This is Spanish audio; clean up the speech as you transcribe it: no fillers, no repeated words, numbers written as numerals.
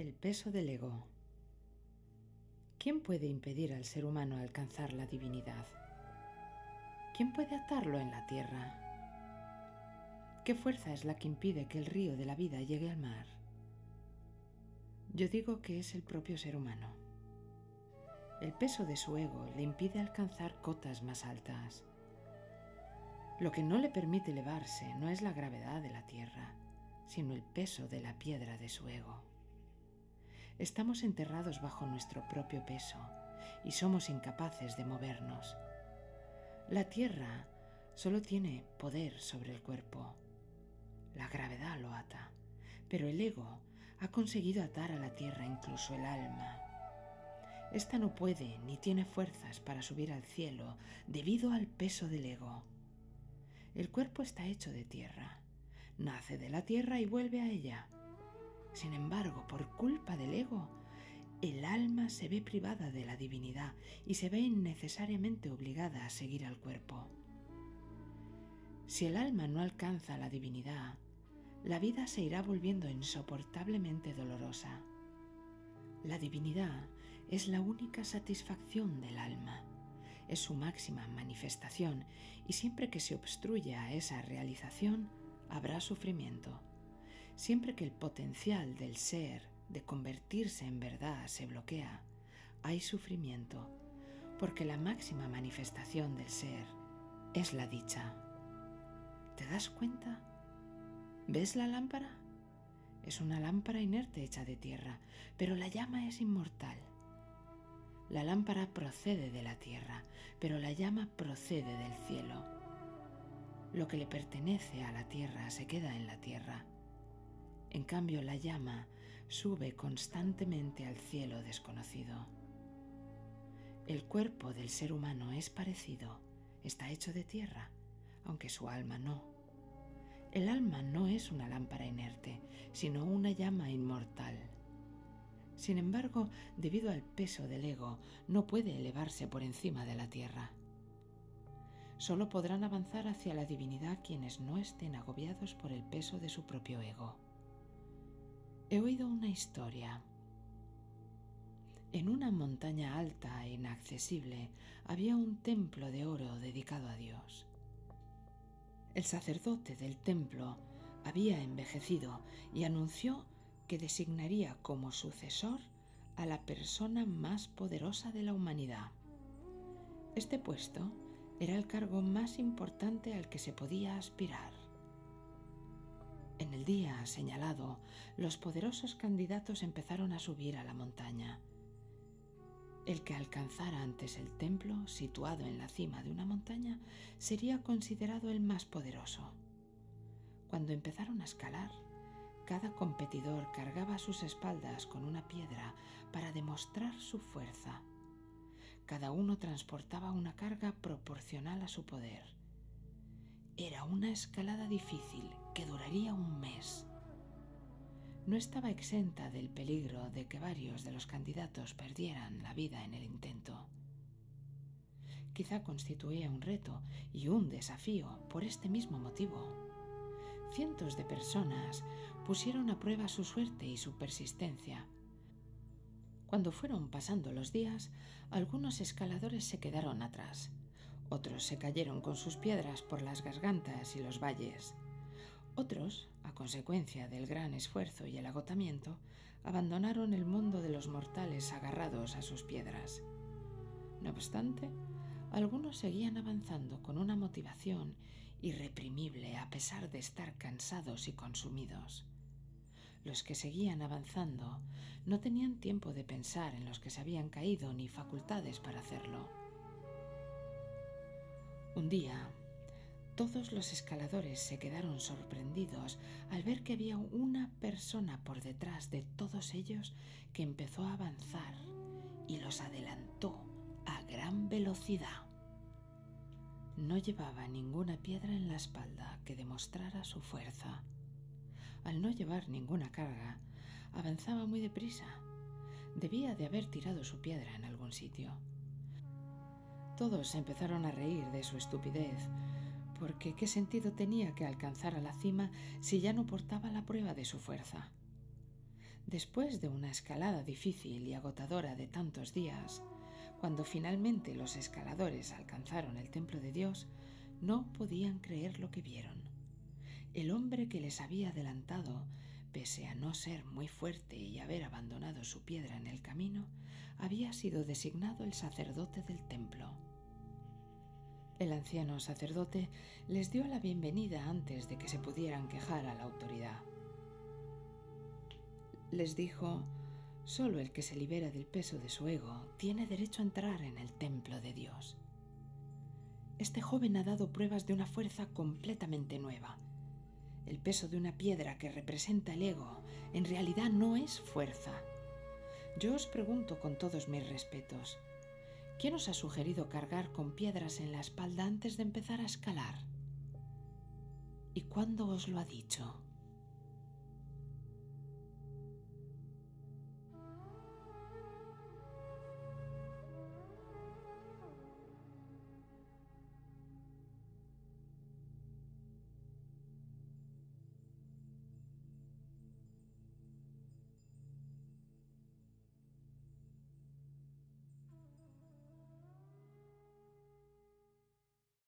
El peso del ego. ¿Quién puede impedir al ser humano alcanzar la divinidad? ¿Quién puede atarlo en la tierra? ¿Qué fuerza es la que impide que el río de la vida llegue al mar? Yo digo que es el propio ser humano. El peso de su ego le impide alcanzar cotas más altas. Lo que no le permite elevarse no es la gravedad de la tierra, sino el peso de la piedra de su ego. Estamos enterrados bajo nuestro propio peso y somos incapaces de movernos. La tierra solo tiene poder sobre el cuerpo. La gravedad lo ata, pero el ego ha conseguido atar a la tierra incluso el alma. Esta no puede ni tiene fuerzas para subir al cielo debido al peso del ego. El cuerpo está hecho de tierra, nace de la tierra y vuelve a ella. Sin embargo, por culpa del ego, el alma se ve privada de la divinidad y se ve innecesariamente obligada a seguir al cuerpo. Si el alma no alcanza la divinidad, la vida se irá volviendo insoportablemente dolorosa. La divinidad es la única satisfacción del alma, es su máxima manifestación y siempre que se obstruya a esa realización, habrá sufrimiento. Siempre que el potencial del ser de convertirse en verdad se bloquea, hay sufrimiento, porque la máxima manifestación del ser es la dicha. ¿Te das cuenta? ¿Ves la lámpara? Es una lámpara inerte hecha de tierra, pero la llama es inmortal. La lámpara procede de la tierra, pero la llama procede del cielo. Lo que le pertenece a la tierra se queda en la tierra. En cambio, la llama sube constantemente al cielo desconocido. El cuerpo del ser humano es parecido, está hecho de tierra, aunque su alma no. El alma no es una lámpara inerte, sino una llama inmortal. Sin embargo, debido al peso del ego, no puede elevarse por encima de la tierra. Solo podrán avanzar hacia la divinidad quienes no estén agobiados por el peso de su propio ego. He oído una historia. En una montaña alta e inaccesible había un templo de oro dedicado a Dios. El sacerdote del templo había envejecido y anunció que designaría como sucesor a la persona más poderosa de la humanidad. Este puesto era el cargo más importante al que se podía aspirar. En el día señalado, los poderosos candidatos empezaron a subir a la montaña. El que alcanzara antes el templo, situado en la cima de una montaña, sería considerado el más poderoso. Cuando empezaron a escalar, cada competidor cargaba a sus espaldas con una piedra para demostrar su fuerza. Cada uno transportaba una carga proporcional a su poder. Era una escalada difícil que duraría un mes. No estaba exenta del peligro de que varios de los candidatos perdieran la vida en el intento. Quizá constituía un reto y un desafío por este mismo motivo. Cientos de personas pusieron a prueba su suerte y su persistencia. Cuando fueron pasando los días, algunos escaladores se quedaron atrás. Otros se cayeron con sus piedras por las gargantas y los valles. Otros, a consecuencia del gran esfuerzo y el agotamiento, abandonaron el mundo de los mortales agarrados a sus piedras. No obstante, algunos seguían avanzando con una motivación irreprimible a pesar de estar cansados y consumidos. Los que seguían avanzando no tenían tiempo de pensar en los que se habían caído ni facultades para hacerlo. Un día, todos los escaladores se quedaron sorprendidos al ver que había una persona por detrás de todos ellos que empezó a avanzar y los adelantó a gran velocidad. No llevaba ninguna piedra en la espalda que demostrara su fuerza. Al no llevar ninguna carga, avanzaba muy deprisa. Debía de haber tirado su piedra en algún sitio. Todos empezaron a reír de su estupidez, porque ¿qué sentido tenía que alcanzara la cima si ya no portaba la prueba de su fuerza? Después de una escalada difícil y agotadora de tantos días, cuando finalmente los escaladores alcanzaron el templo de Dios, no podían creer lo que vieron. El hombre que les había adelantado, pese a no ser muy fuerte y haber abandonado su piedra en el camino, había sido designado el sacerdote del templo. El anciano sacerdote les dio la bienvenida antes de que se pudieran quejar a la autoridad. Les dijo: solo el que se libera del peso de su ego tiene derecho a entrar en el templo de Dios. Este joven ha dado pruebas de una fuerza completamente nueva. El peso de una piedra que representa el ego en realidad no es fuerza. Yo os pregunto con todos mis respetos, ¿quién os ha sugerido cargar con piedras en la espalda antes de empezar a escalar? ¿Y cuándo os lo ha dicho?